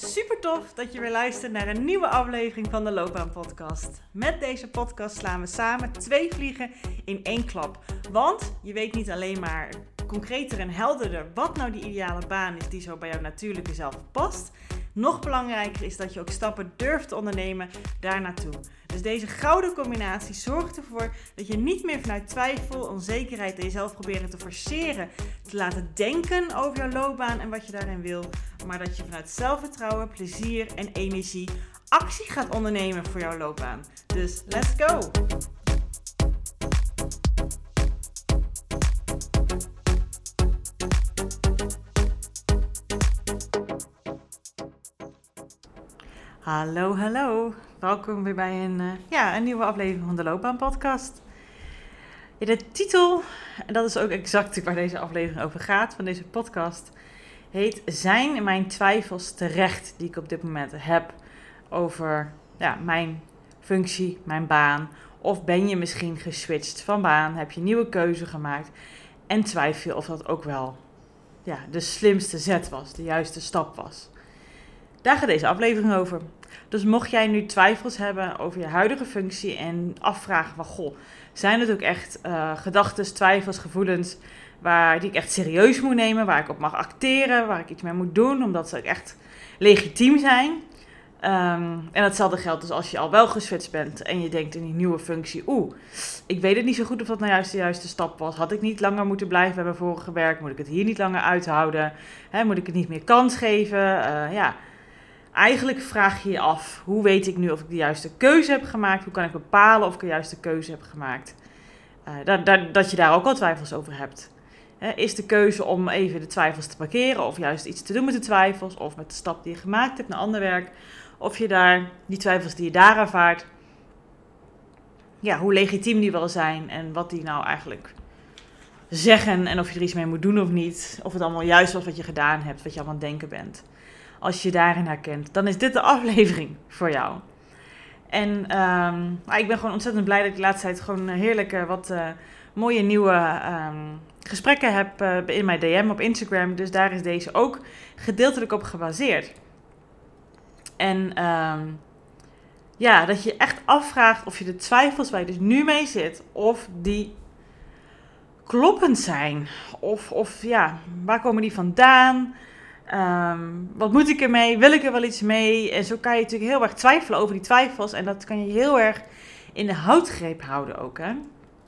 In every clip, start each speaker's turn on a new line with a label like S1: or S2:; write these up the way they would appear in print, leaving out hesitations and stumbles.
S1: Super tof dat je weer luistert naar een nieuwe aflevering van de Loopbaan Podcast. Met deze podcast slaan we samen 2 vliegen in 1 klap. Want je weet niet alleen maar concreter en helderder wat nou die ideale baan is die zo bij jouw natuurlijke zelf past. Nog belangrijker is dat je ook stappen durft te ondernemen daar naartoe. Dus deze gouden combinatie zorgt ervoor dat je niet meer vanuit twijfel, onzekerheid en jezelf proberen te forceren, te laten denken over jouw loopbaan en wat je daarin wil. Maar dat je vanuit zelfvertrouwen, plezier en energie actie gaat ondernemen voor jouw loopbaan. Dus let's go! Hallo. Welkom weer bij een nieuwe aflevering van de Loopbaan Podcast. Ja, de titel, en dat is ook exact waar deze aflevering over gaat, van deze podcast, heet Zijn mijn twijfels terecht die ik op dit moment heb over mijn functie, mijn baan? Of ben je misschien geswitcht van baan, heb je een nieuwe keuze gemaakt en twijfel je of dat ook wel de slimste zet was, de juiste stap was? Daar gaat deze aflevering over. Dus mocht jij nu twijfels hebben over je huidige functie en afvragen van, zijn het ook echt gedachten, twijfels, gevoelens die ik echt serieus moet nemen, waar ik op mag acteren, waar ik iets mee moet doen, omdat ze ook echt legitiem zijn. En hetzelfde geldt dus als je al wel geswitcht bent en je denkt in die nieuwe functie, ik weet het niet zo goed of dat nou juist de juiste stap was. Had ik niet langer moeten blijven bij mijn vorige werk? Moet ik het hier niet langer uithouden? Moet ik het niet meer kans geven? Eigenlijk vraag je je af, hoe weet ik nu of ik de juiste keuze heb gemaakt? Hoe kan ik bepalen of ik de juiste keuze heb gemaakt? Dat je daar ook al twijfels over hebt. Is de keuze om even de twijfels te parkeren of juist iets te doen met de twijfels of met de stap die je gemaakt hebt naar ander werk? Of je daar, die twijfels die je daar ervaart, hoe legitiem die wel zijn en wat die nou eigenlijk zeggen en of je er iets mee moet doen of niet. Of het allemaal juist was wat je gedaan hebt, wat je allemaal aan het denken bent. Als je je daarin herkent, dan is dit de aflevering voor jou. En ik ben gewoon ontzettend blij dat ik de laatste tijd gewoon heerlijk wat mooie nieuwe gesprekken heb in mijn DM op Instagram. Dus daar is deze ook gedeeltelijk op gebaseerd. En dat je echt afvraagt of je de twijfels waar je dus nu mee zit, of die kloppend zijn. Of waar komen die vandaan? Wat moet ik ermee? Wil ik er wel iets mee? En zo kan je natuurlijk heel erg twijfelen over die twijfels. En dat kan je heel erg in de houtgreep houden ook, hè?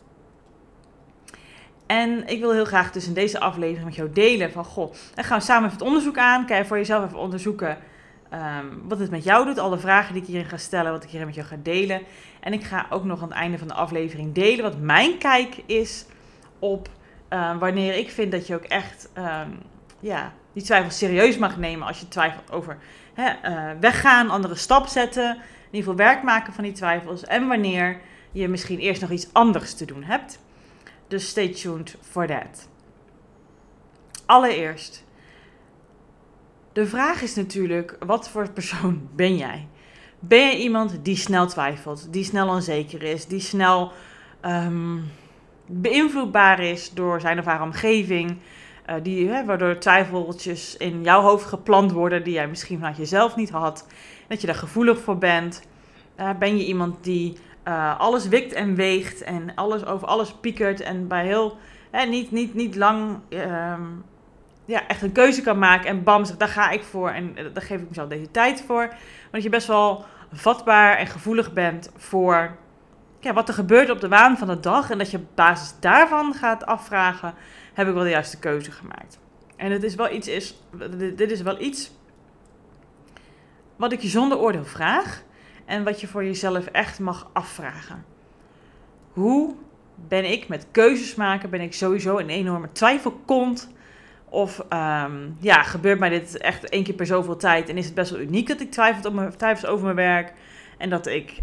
S1: En ik wil heel graag dus in deze aflevering met jou delen van, dan gaan we samen even het onderzoek aan. Kan je voor jezelf even onderzoeken wat het met jou doet. Alle vragen die ik hierin ga stellen, wat ik hierin met jou ga delen. En ik ga ook nog aan het einde van de aflevering delen wat mijn kijk is op wanneer ik vind dat je ook echt die twijfels serieus mag nemen als je twijfelt over weggaan, andere stap zetten, in ieder geval werk maken van die twijfels en wanneer je misschien eerst nog iets anders te doen hebt. Dus stay tuned for that. Allereerst, de vraag is natuurlijk, wat voor persoon ben jij? Ben je iemand die snel twijfelt, die snel onzeker is, die snel beïnvloedbaar is door zijn of haar omgeving, waardoor twijfeltjes in jouw hoofd geplant worden die jij misschien vanuit jezelf niet had, dat je daar gevoelig voor bent? Ben je iemand die alles wikt en weegt en over alles piekert en bij heel niet lang echt een keuze kan maken en bam, zegt, daar ga ik voor en daar geef ik mezelf deze tijd voor. Maar dat je best wel vatbaar en gevoelig bent voor wat er gebeurt op de waan van de dag en dat je op basis daarvan gaat afvragen, heb ik wel de juiste keuze gemaakt? En dit is wel iets wat ik je zonder oordeel vraag en wat je voor jezelf echt mag afvragen. Hoe ben ik met keuzes maken? Ben ik sowieso een enorme twijfelkont? Of gebeurt mij dit echt 1 keer per zoveel tijd en is het best wel uniek dat ik twijfels over mijn werk en dat ik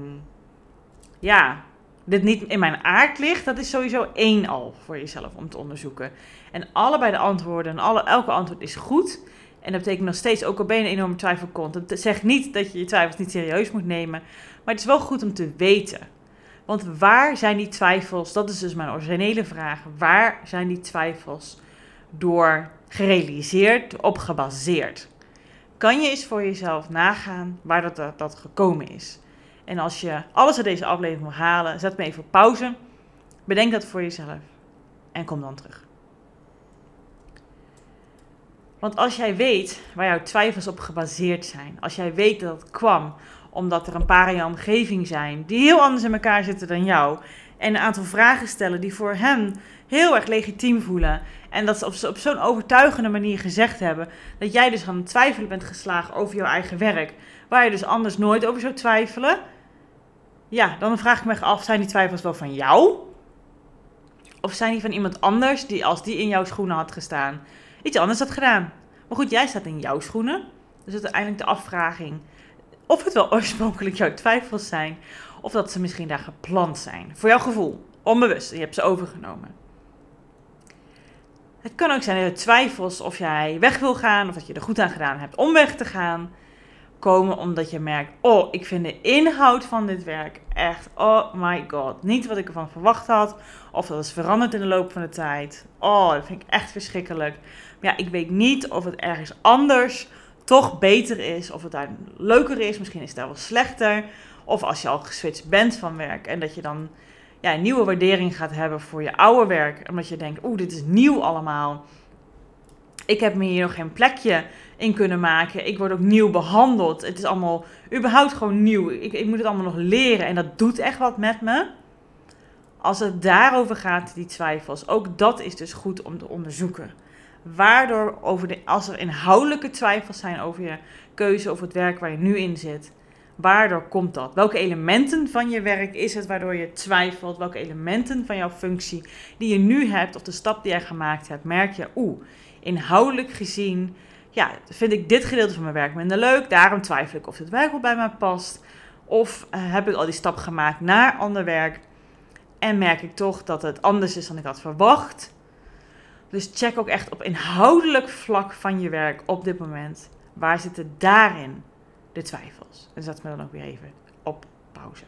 S1: dit niet in mijn aard ligt? Dat is sowieso 1 al voor jezelf om te onderzoeken. En allebei de antwoorden en elke antwoord is goed. En dat betekent nog steeds, ook al ben je een enorme twijfelkont, dat zegt niet dat je je twijfels niet serieus moet nemen. Maar het is wel goed om te weten. Want waar zijn die twijfels? Dat is dus mijn originele vraag. Waar zijn die twijfels door gerealiseerd, op gebaseerd? kan je eens voor jezelf nagaan waar dat gekomen is. En als je alles uit deze aflevering wil halen, zet me even op pauze. Bedenk dat voor jezelf. En kom dan terug. Want als jij weet waar jouw twijfels op gebaseerd zijn. Als jij weet dat het kwam omdat er een paar in jouw omgeving zijn die heel anders in elkaar zitten dan jou. En een aantal vragen stellen die voor hen heel erg legitiem voelen. En dat ze op zo'n overtuigende manier gezegd hebben. Dat jij dus aan het twijfelen bent geslagen over jouw eigen werk. Waar je dus anders nooit over zou twijfelen. Ja, dan vraag ik me af, zijn die twijfels wel van jou? Of zijn die van iemand anders die als die in jouw schoenen had gestaan, iets anders had gedaan? Maar goed, jij staat in jouw schoenen. Dus het is uiteindelijk de afvraging of het wel oorspronkelijk jouw twijfels zijn. Of dat ze misschien daar geplant zijn. Voor jouw gevoel. Onbewust. Je hebt ze overgenomen. Het kan ook zijn dat de twijfels of jij weg wil gaan. Of dat je er goed aan gedaan hebt om weg te gaan. Komen omdat je merkt, oh, ik vind de inhoud van dit werk echt, oh my god, niet wat ik ervan verwacht had. Of dat is veranderd in de loop van de tijd. Oh, dat vind ik echt verschrikkelijk. Maar ja, ik weet niet of het ergens anders toch beter is. Of het daar leuker is, misschien is het daar wel slechter. Of als je al geswitcht bent van werk en dat je dan een nieuwe waardering gaat hebben voor je oude werk. Omdat je denkt, dit is nieuw allemaal. Ik heb me hier nog geen plekje in kunnen maken. Ik word ook nieuw behandeld. Het is allemaal überhaupt gewoon nieuw. Ik moet het allemaal nog leren. En dat doet echt wat met me. Als het daarover gaat, die twijfels. Ook dat is dus goed om te onderzoeken. Waardoor, als er inhoudelijke twijfels zijn over je keuze of het werk waar je nu in zit. Waardoor komt dat? Welke elementen van je werk is het waardoor je twijfelt? Welke elementen van jouw functie die je nu hebt of de stap die jij gemaakt hebt, merk je, inhoudelijk gezien, vind ik dit gedeelte van mijn werk minder leuk. Daarom twijfel ik of het werk wel bij mij past. Of heb ik al die stap gemaakt naar ander werk en merk ik toch dat het anders is dan ik had verwacht. Dus check ook echt op inhoudelijk vlak van je werk op dit moment. Waar zitten daarin de twijfels? En zet me dan ook weer even op pauze.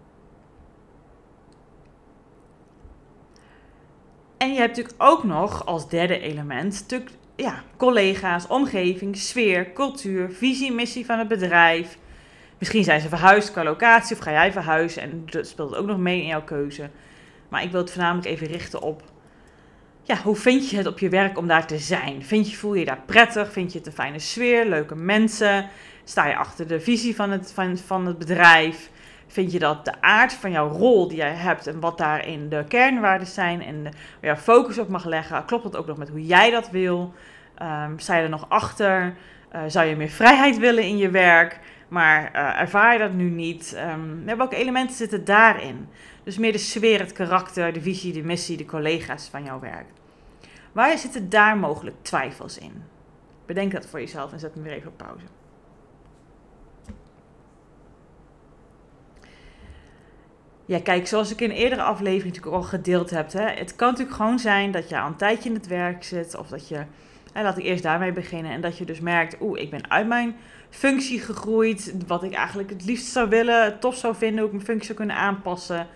S1: En je hebt natuurlijk ook nog als derde element collega's, omgeving, sfeer, cultuur, visie, missie van het bedrijf. Misschien zijn ze verhuisd qua locatie of ga jij verhuizen en dat speelt ook nog mee in jouw keuze. Maar ik wil het voornamelijk even richten op, hoe vind je het op je werk om daar te zijn? Voel je daar prettig? Vind je het een fijne sfeer, leuke mensen? Sta je achter de visie van het bedrijf? Vind je dat de aard van jouw rol die jij hebt en wat daarin de kernwaarden zijn en waar je focus op mag leggen, klopt dat ook nog met hoe jij dat wil? Sta je er nog achter? Zou je meer vrijheid willen in je werk, maar ervaar je dat nu niet? Welke elementen zitten daarin? Dus meer de sfeer, het karakter, de visie, de missie, de collega's van jouw werk. Waar zitten daar mogelijk twijfels in? Bedenk dat voor jezelf en zet me weer even op pauze. Ja, kijk, zoals ik in een eerdere aflevering natuurlijk al gedeeld heb. Het kan natuurlijk gewoon zijn dat je al een tijdje in het werk zit. Of dat je, laat ik eerst daarmee beginnen. En dat je dus merkt, ik ben uit mijn functie gegroeid. Wat ik eigenlijk het liefst zou willen, tof zou vinden, hoe ik mijn functie zou kunnen aanpassen.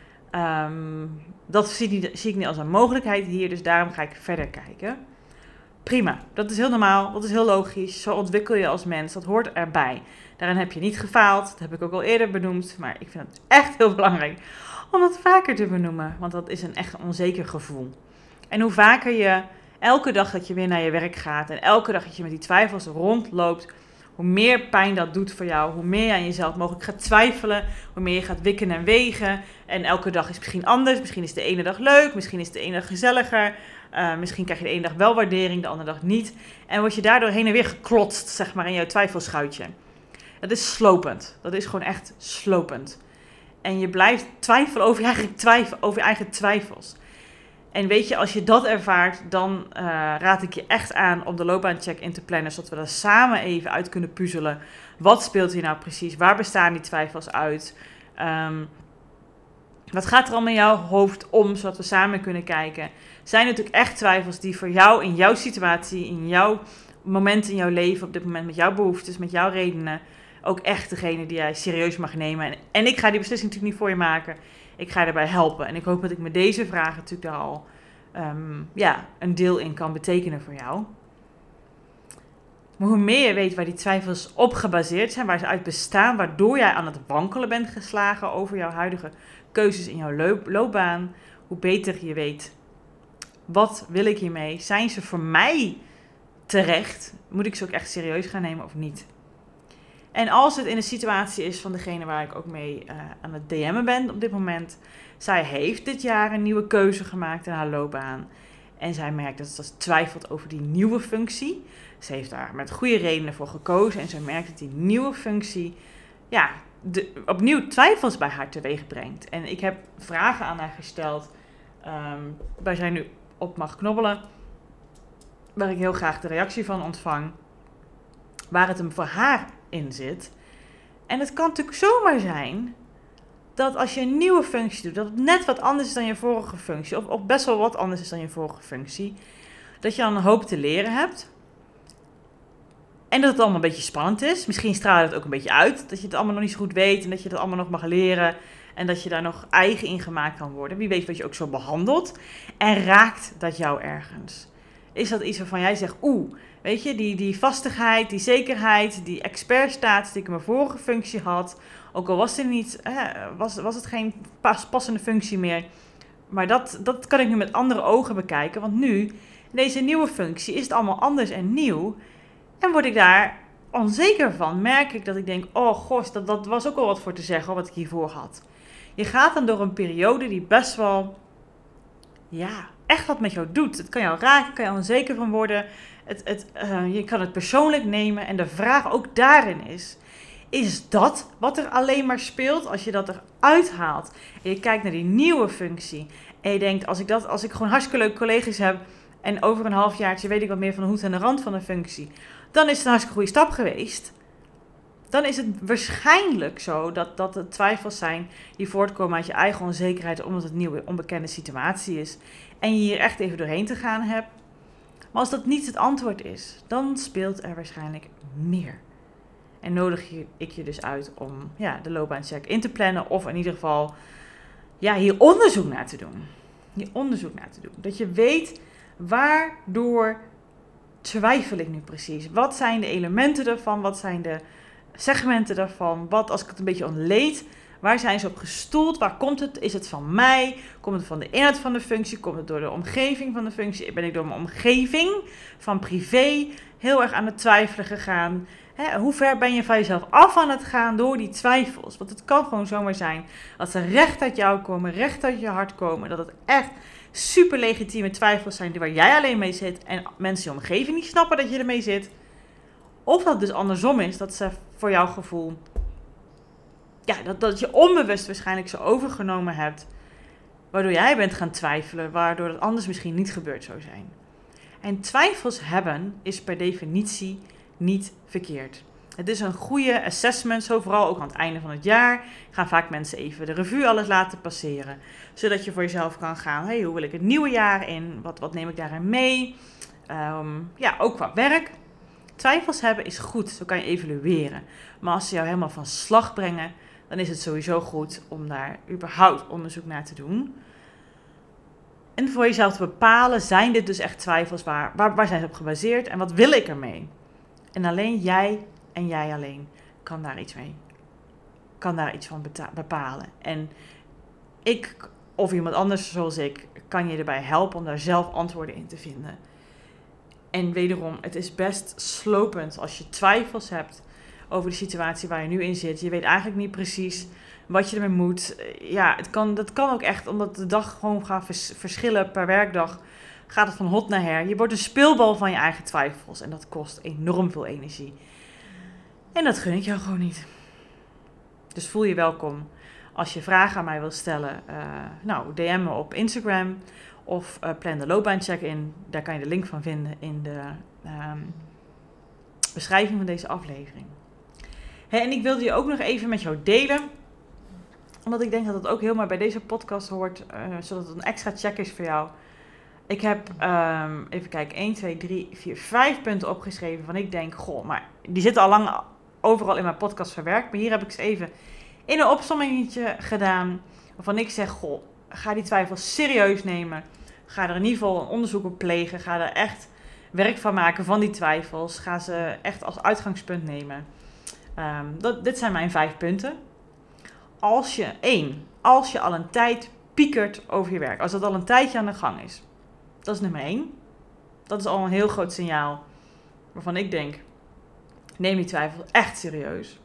S1: Dat zie ik niet als een mogelijkheid hier, dus daarom ga ik verder kijken. Prima, dat is heel normaal, dat is heel logisch. Zo ontwikkel je als mens, dat hoort erbij. Daarin heb je niet gefaald, dat heb ik ook al eerder benoemd. Maar ik vind het echt heel belangrijk om dat vaker te benoemen. Want dat is een echt onzeker gevoel. En hoe vaker je elke dag dat je weer naar je werk gaat en elke dag dat je met die twijfels rondloopt, hoe meer pijn dat doet voor jou, hoe meer je aan jezelf mogelijk gaat twijfelen, hoe meer je gaat wikken en wegen. En elke dag is misschien anders. Misschien is de ene dag leuk, misschien is de ene dag gezelliger. Misschien krijg je de ene dag wel waardering, de andere dag niet. En word je daardoor heen en weer geklotst, zeg maar, in jouw twijfelschuitje. Dat is slopend. Dat is gewoon echt slopend. En je blijft twijfelen over je eigen twijfels. En weet je, als je dat ervaart, dan raad ik je echt aan om de loopbaancheck-in te plannen, zodat we dat samen even uit kunnen puzzelen. Wat speelt hier nou precies? Waar bestaan die twijfels uit? Wat gaat er allemaal in jouw hoofd om, zodat we samen kunnen kijken? Zijn natuurlijk echt twijfels die voor jou, in jouw situatie, in jouw moment in jouw leven, op dit moment met jouw behoeftes, met jouw redenen, ook echt degene die jij serieus mag nemen. En ik ga die beslissing natuurlijk niet voor je maken. Ik ga je daarbij helpen. En ik hoop dat ik met deze vragen natuurlijk daar al een deel in kan betekenen voor jou. Maar hoe meer je weet waar die twijfels op gebaseerd zijn, waar ze uit bestaan, waardoor jij aan het wankelen bent geslagen over jouw huidige keuzes in jouw loopbaan, hoe beter je weet, wat wil ik hiermee? Zijn ze voor mij terecht? Moet ik ze ook echt serieus gaan nemen of niet? En als het in de situatie is van degene waar ik ook mee aan het DM'en ben op dit moment. Zij heeft dit jaar een nieuwe keuze gemaakt in haar loopbaan. En zij merkt dat ze twijfelt over die nieuwe functie. Ze heeft daar met goede redenen voor gekozen. En ze merkt dat die nieuwe functie opnieuw twijfels bij haar teweeg brengt. En ik heb vragen aan haar gesteld waar zij nu op mag knobbelen. Waar ik heel graag de reactie van ontvang. Waar het hem voor haar in zit. En het kan natuurlijk zomaar zijn dat als je een nieuwe functie doet, dat het net wat anders is dan je vorige functie, of best wel wat anders is dan je vorige functie, dat je dan een hoop te leren hebt. En dat het allemaal een beetje spannend is. Misschien straalt het ook een beetje uit, dat je het allemaal nog niet zo goed weet en dat je het allemaal nog mag leren en dat je daar nog eigen in gemaakt kan worden. Wie weet wat je ook zo behandelt. En raakt dat jou ergens? Is dat iets waarvan jij zegt, weet je, die vastigheid, die zekerheid, die expertstatus die ik in mijn vorige functie had, ook al was het geen passende functie meer, maar dat kan ik nu met andere ogen bekijken, want nu, in deze nieuwe functie, is het allemaal anders en nieuw. En word ik daar onzeker van, merk ik dat ik denk, dat was ook al wat voor te zeggen, wat ik hiervoor had. Je gaat dan door een periode die best wel, echt wat met jou doet. Het kan jou raken, kan je onzeker van worden. Je kan het persoonlijk nemen. En de vraag ook daarin is dat wat er alleen maar speelt als je dat eruit haalt? En je kijkt naar die nieuwe functie. En je denkt, als ik gewoon hartstikke leuke collega's heb en over een halfjaartje weet ik wat meer van de hoed en de rand van de functie, dan is het een hartstikke goede stap geweest. Dan is het waarschijnlijk zo dat er twijfels zijn die voortkomen uit je eigen onzekerheid, omdat het een nieuwe onbekende situatie is en je hier echt even doorheen te gaan hebt. Maar als dat niet het antwoord is, dan speelt er waarschijnlijk meer. En nodig ik je dus uit om de loopbaancheck in te plannen of in ieder geval hier onderzoek naar te doen. Dat je weet, waardoor twijfel ik nu precies? Wat zijn de elementen ervan? Wat zijn de segmenten daarvan? Wat, als ik het een beetje ontleed, waar zijn ze op gestoeld? Waar komt het? Is het van mij? Komt het van de inhoud van de functie? Komt het door de omgeving van de functie? Ben ik door mijn omgeving van privé heel erg aan het twijfelen gegaan? Hoe ver ben je van jezelf af aan het gaan door die twijfels? Want het kan gewoon zomaar zijn dat ze recht uit jou komen, recht uit je hart komen. Dat het echt super legitieme twijfels zijn waar jij alleen mee zit en mensen in je omgeving niet snappen dat je ermee zit. Of dat het dus andersom is, dat ze voor jouw gevoel, dat je onbewust waarschijnlijk zo overgenomen hebt, waardoor jij bent gaan twijfelen, waardoor het anders misschien niet gebeurd zou zijn. En twijfels hebben is per definitie niet verkeerd. Het is een goede assessment, zo vooral ook aan het einde van het jaar. Gaan vaak mensen even de revue alles laten passeren, zodat je voor jezelf kan gaan, hoe wil ik het nieuwe jaar in? Wat neem ik daarin mee? Ook qua werk. Twijfels hebben is goed, zo kan je evalueren. Maar als ze jou helemaal van slag brengen, dan is het sowieso goed om daar überhaupt onderzoek naar te doen. En voor jezelf te bepalen, zijn dit dus echt twijfels, waar zijn ze op gebaseerd en wat wil ik ermee? En alleen jij en jij alleen kan daar iets mee. Kan daar iets van bepalen. En ik, of iemand anders zoals ik, kan je erbij helpen om daar zelf antwoorden in te vinden. En wederom, het is best slopend als je twijfels hebt over de situatie waar je nu in zit. Je weet eigenlijk niet precies wat je ermee moet. Dat kan ook echt, omdat de dag gewoon gaat verschillen per werkdag. Gaat het van hot naar her. Je wordt een speelbal van je eigen twijfels. En dat kost enorm veel energie. En dat gun ik jou gewoon niet. Dus voel je welkom. Als je vragen aan mij wilt stellen, DM me op Instagram. Of plan de loopbaancheck in. Daar kan je de link van vinden in de beschrijving van deze aflevering. En ik wilde je ook nog even met jou delen. Omdat ik denk dat het ook helemaal bij deze podcast hoort. Zodat het een extra check is voor jou. Ik heb, even kijken, 1, 2, 3, 4, 5 punten opgeschreven. Van ik denk, maar die zitten al lang overal in mijn podcast verwerkt. Maar hier heb ik ze even in een opsommingetje gedaan. Waarvan ik zeg, ga die twijfels serieus nemen. Ga er in ieder geval een onderzoek op plegen. Ga er echt werk van maken van die twijfels. Ga ze echt als uitgangspunt nemen. Dit zijn mijn 5 punten. Als je al een tijd piekert over je werk. Als dat al een tijdje aan de gang is. Dat is nummer 1. Dat is al een heel groot signaal waarvan ik denk, neem die twijfel echt serieus.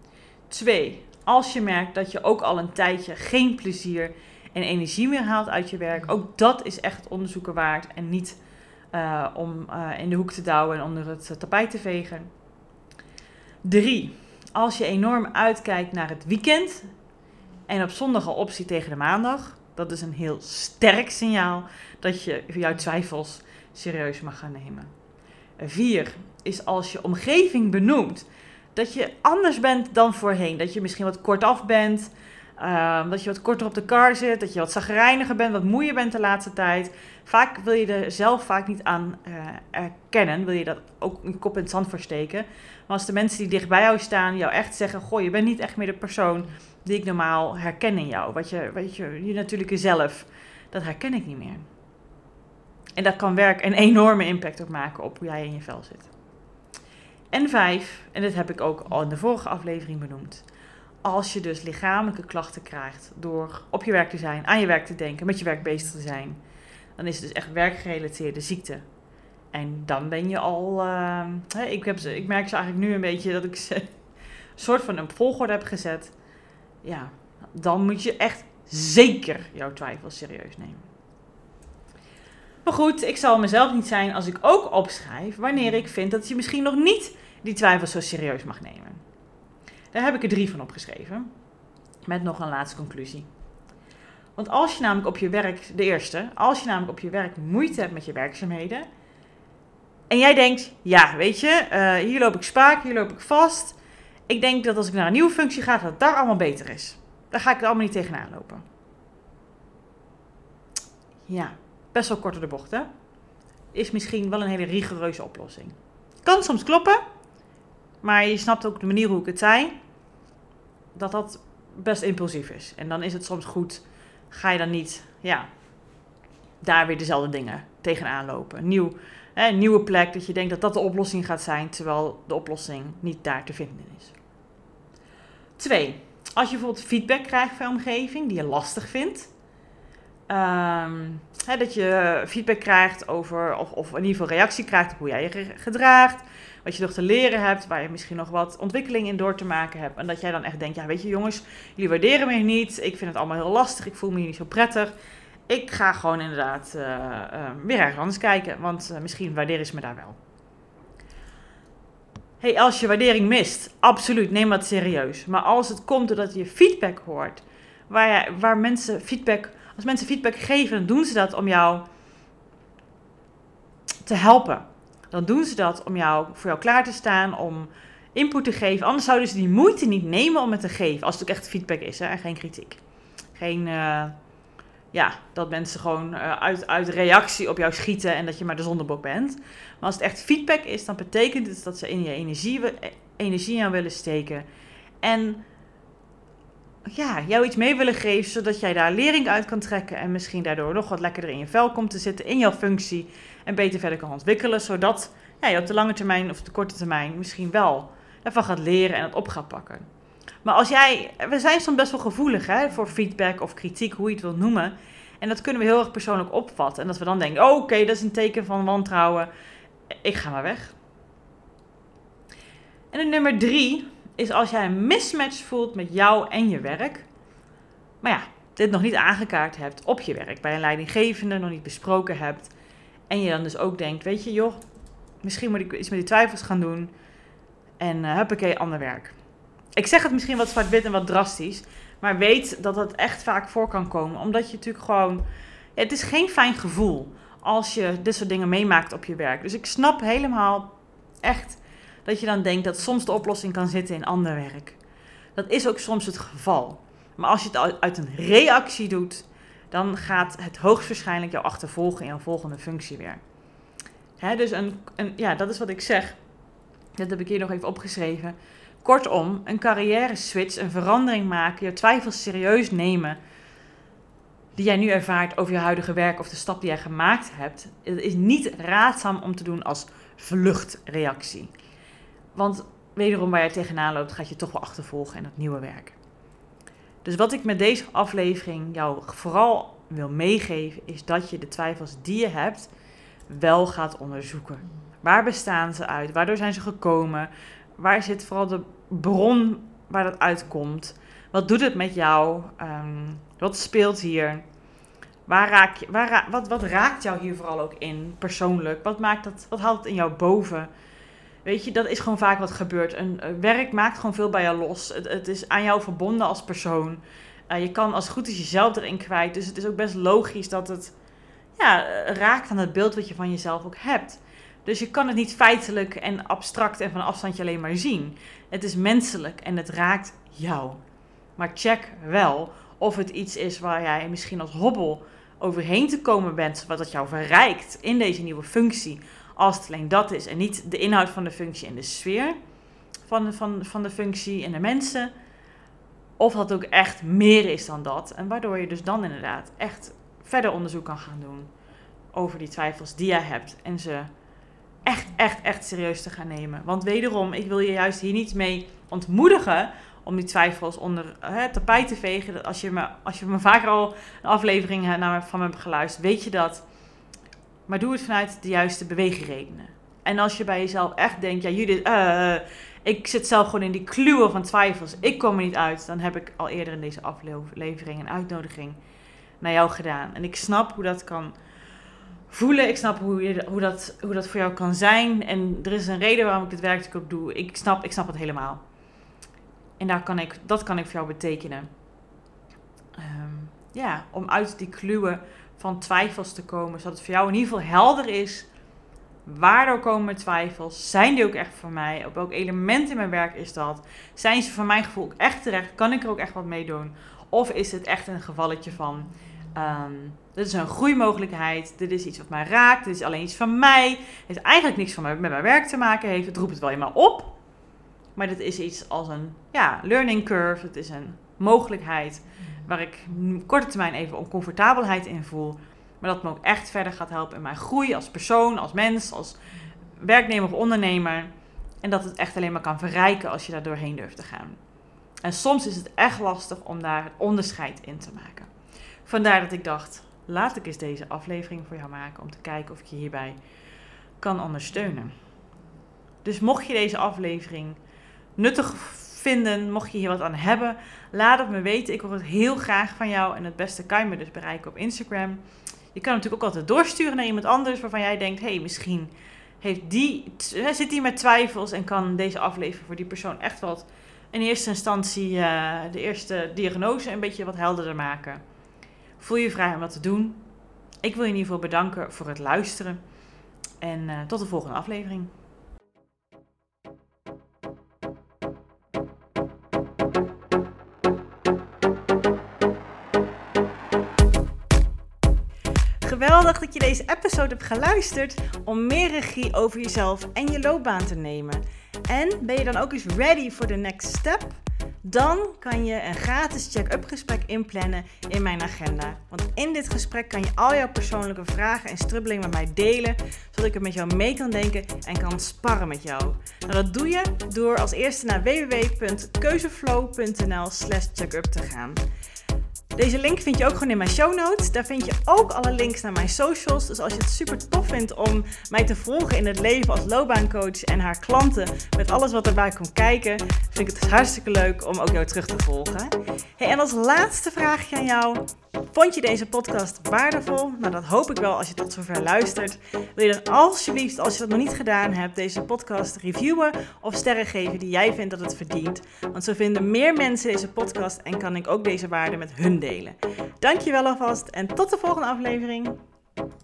S1: 2, als je merkt dat je ook al een tijdje geen plezier en energie meer haalt uit je werk. Ook dat is echt onderzoeken waard en niet om in de hoek te douwen en onder het tapijt te vegen. 3, als je enorm uitkijkt naar het weekend en op zondag al optie tegen de maandag. Dat is een heel sterk signaal dat je jouw twijfels serieus mag gaan nemen. 4 is als je omgeving benoemt dat je anders bent dan voorheen. Dat je misschien wat kortaf bent, dat je wat korter op de kar zit, dat je wat chagrijniger bent, wat moeier bent de laatste tijd. Vaak wil je er zelf niet aan erkennen, wil je dat ook in je kop in het zand voor steken. Maar als de mensen die dicht bij jou staan jou echt zeggen, goh, je bent niet echt meer de persoon die ik normaal herken in jou. Je natuurlijke zelf, dat herken ik niet meer. En dat kan werk een enorme impact op maken op hoe jij in je vel zit. En 5, en dit heb ik ook al in de vorige aflevering benoemd. Als je dus lichamelijke klachten krijgt door op je werk te zijn, aan je werk te denken, met je werk bezig te zijn, dan is het dus echt werkgerelateerde ziekte. En dan ben je al, ik merk ze eigenlijk nu een beetje dat ik ze een soort van een volgorde heb gezet. Ja, dan moet je echt zeker jouw twijfels serieus nemen. Maar goed, ik zal mezelf niet zijn als ik ook opschrijf wanneer ik vind dat je misschien nog niet die twijfels zo serieus mag nemen. Daar heb ik er 3 van opgeschreven. Met nog een laatste conclusie. Want als je namelijk op je werk, als je namelijk op je werk moeite hebt met je werkzaamheden. En jij denkt, ja weet je, hier loop ik spaak, hier loop ik vast. Ik denk dat als ik naar een nieuwe functie ga, dat het daar allemaal beter is. Daar ga ik er allemaal niet tegenaan lopen. Ja, best wel kort door de bocht, hè? Is misschien wel een hele rigoureuze oplossing. Kan soms kloppen, maar je snapt ook de manier hoe ik het zei, dat best impulsief is. En dan is het soms goed, ga je dan niet, daar weer dezelfde dingen tegenaan lopen. Een nieuwe plek, dat je denkt dat dat de oplossing gaat zijn, terwijl de oplossing niet daar te vinden is. 2, als je bijvoorbeeld feedback krijgt van je omgeving, die je lastig vindt, dat je feedback krijgt over, of in ieder geval reactie krijgt op hoe jij je gedraagt, wat je nog te leren hebt, waar je misschien nog wat ontwikkeling in door te maken hebt. En dat jij dan echt denkt, ja weet je jongens, jullie waarderen me niet, ik vind het allemaal heel lastig, ik voel me hier niet zo prettig. Ik ga gewoon inderdaad weer ergens anders kijken, want misschien waarderen ze me daar wel. Hey, als je waardering mist, absoluut, neem dat serieus. Maar als het komt doordat je feedback hoort, waar mensen feedback, als mensen feedback geven, dan doen ze dat om jou te helpen. Dan doen ze dat om voor jou klaar te staan, om input te geven. Anders zouden ze die moeite niet nemen om het te geven. Als het ook echt feedback is, hè, en geen kritiek. Geen, dat mensen gewoon uit reactie op jou schieten en dat je maar de zondebok bent. Maar als het echt feedback is, dan betekent het dat ze in je energie aan willen steken. En jou iets mee willen geven, zodat jij daar lering uit kan trekken. En misschien daardoor nog wat lekkerder in je vel komt te zitten, in jouw functie. En beter verder kan ontwikkelen, zodat je op de lange termijn of de korte termijn misschien wel daarvan gaat leren en het op gaat pakken. Maar we zijn soms best wel gevoelig voor feedback of kritiek, hoe je het wilt noemen. En dat kunnen we heel erg persoonlijk opvatten. En dat we dan denken, oké, dat is een teken van wantrouwen. Ik ga maar weg. En de nummer 3 is als jij een mismatch voelt met jou en je werk. Maar dit nog niet aangekaart hebt op je werk. Bij een leidinggevende nog niet besproken hebt. En je dan dus ook denkt, weet je joh, misschien moet ik iets met die twijfels gaan doen. En huppakee, ander werk. Ik zeg het misschien wat zwart-wit en wat drastisch. Maar weet dat het echt vaak voor kan komen. Omdat je natuurlijk gewoon, het is geen fijn gevoel als je dit soort dingen meemaakt op je werk. Dus ik snap helemaal echt dat je dan denkt dat soms de oplossing kan zitten in ander werk. Dat is ook soms het geval. Maar als je het uit een reactie doet, dan gaat het hoogstwaarschijnlijk jou achtervolgen in jouw volgende functie weer. Dus dat is wat ik zeg. Dat heb ik hier nog even opgeschreven. Kortom, een carrière switch, een verandering maken, je twijfels serieus nemen. die jij nu ervaart over je huidige werk of de stap die jij gemaakt hebt, het is niet raadzaam om te doen als vluchtreactie. Want wederom waar jij tegenaan loopt, gaat je toch wel achtervolgen in dat nieuwe werk. Dus wat ik met deze aflevering jou vooral wil meegeven, is dat je de twijfels die je hebt wel gaat onderzoeken. Waar bestaan ze uit? Waardoor zijn ze gekomen? Waar zit vooral de bron waar dat uitkomt? Wat doet het met jou? Wat speelt hier? Wat raakt jou hier vooral ook in, persoonlijk? Wat haalt het in jou boven? Weet je, dat is gewoon vaak wat gebeurt. Een werk maakt gewoon veel bij jou los. Het is aan jou verbonden als persoon. Je kan als het goed is jezelf erin kwijt. Dus het is ook best logisch dat het raakt aan het beeld wat je van jezelf ook hebt. Dus je kan het niet feitelijk en abstract en van een afstandje alleen maar zien. Het is menselijk en het raakt jou. Maar check wel of het iets is waar jij misschien als hobbel overheen te komen bent, wat het jou verrijkt in deze nieuwe functie. Als het alleen dat is en niet de inhoud van de functie en de sfeer van de functie en de mensen. Of dat ook echt meer is dan dat. En waardoor je dus dan inderdaad echt verder onderzoek kan gaan doen over die twijfels die jij hebt. En ze echt serieus te gaan nemen. Want wederom, ik wil je juist hier niet mee ontmoedigen om die twijfels onder het tapijt te vegen. Als je me vaker al een aflevering van me hebt geluisterd, weet je dat. Maar doe het vanuit de juiste beweegredenen. En als je bij jezelf echt denkt, ja Judith, ik zit zelf gewoon in die kluwen van twijfels. Ik kom er niet uit. Dan heb ik al eerder in deze aflevering een uitnodiging naar jou gedaan. En ik snap hoe dat kan voelen. Ik snap hoe dat voor jou kan zijn. En er is een reden waarom ik dit werk ook doe. Ik snap het helemaal. En dat kan ik voor jou betekenen. Om uit die kluwen van twijfels te komen. Zodat het voor jou in ieder geval helder is. Waardoor komen twijfels? Zijn die ook echt voor mij? Op welk element in mijn werk is dat? Zijn ze voor mijn gevoel ook echt terecht? Kan ik er ook echt wat mee doen? Of is het echt een gevalletje van dit is een groeimogelijkheid. Dit is iets wat mij raakt. Dit is alleen iets van mij. Het heeft eigenlijk niks met mijn werk te maken. Het roept het wel in me op. Maar dit is iets als een learning curve. Het is een mogelijkheid waar ik op korte termijn even oncomfortabelheid in voel. Maar dat me ook echt verder gaat helpen in mijn groei als persoon, als mens, als werknemer of ondernemer. En dat het echt alleen maar kan verrijken als je daar doorheen durft te gaan. En soms is het echt lastig om daar het onderscheid in te maken. Vandaar dat ik dacht, laat ik eens deze aflevering voor jou maken om te kijken of ik je hierbij kan ondersteunen. Dus mocht je deze aflevering nuttig vinden, mocht je hier wat aan hebben, laat het me weten. Ik hoor het heel graag van jou en het beste kan je me dus bereiken op Instagram. Je kan natuurlijk ook altijd doorsturen naar iemand anders waarvan jij denkt, misschien zit die met twijfels en kan deze aflevering voor die persoon echt wat in eerste instantie de eerste diagnose een beetje wat helderder maken. Voel je vrij om dat te doen. Ik wil je in ieder geval bedanken voor het luisteren en tot de volgende aflevering. Geweldig dat je deze episode hebt geluisterd om meer regie over jezelf en je loopbaan te nemen. En ben je dan ook eens ready for the next step? Dan kan je een gratis check-up gesprek inplannen in mijn agenda. Want in dit gesprek kan je al jouw persoonlijke vragen en strubbelingen met mij delen, zodat ik er met jou mee kan denken en kan sparren met jou. Nou, dat doe je door als eerste naar www.keuzeflow.nl/checkup te gaan. Deze link vind je ook gewoon in mijn show notes. Daar vind je ook alle links naar mijn socials. Dus als je het super tof vindt om mij te volgen in het leven als loopbaancoach en haar klanten met alles wat erbij komt kijken, vind ik het hartstikke leuk om ook jou terug te volgen. En als laatste vraagje aan jou. Vond je deze podcast waardevol? Nou, dat hoop ik wel als je tot zover luistert. Wil je dan alsjeblieft, als je dat nog niet gedaan hebt, deze podcast reviewen of sterren geven die jij vindt dat het verdient. Want zo vinden meer mensen deze podcast en kan ik ook deze waarde met hun delen. Dankjewel alvast en tot de volgende aflevering.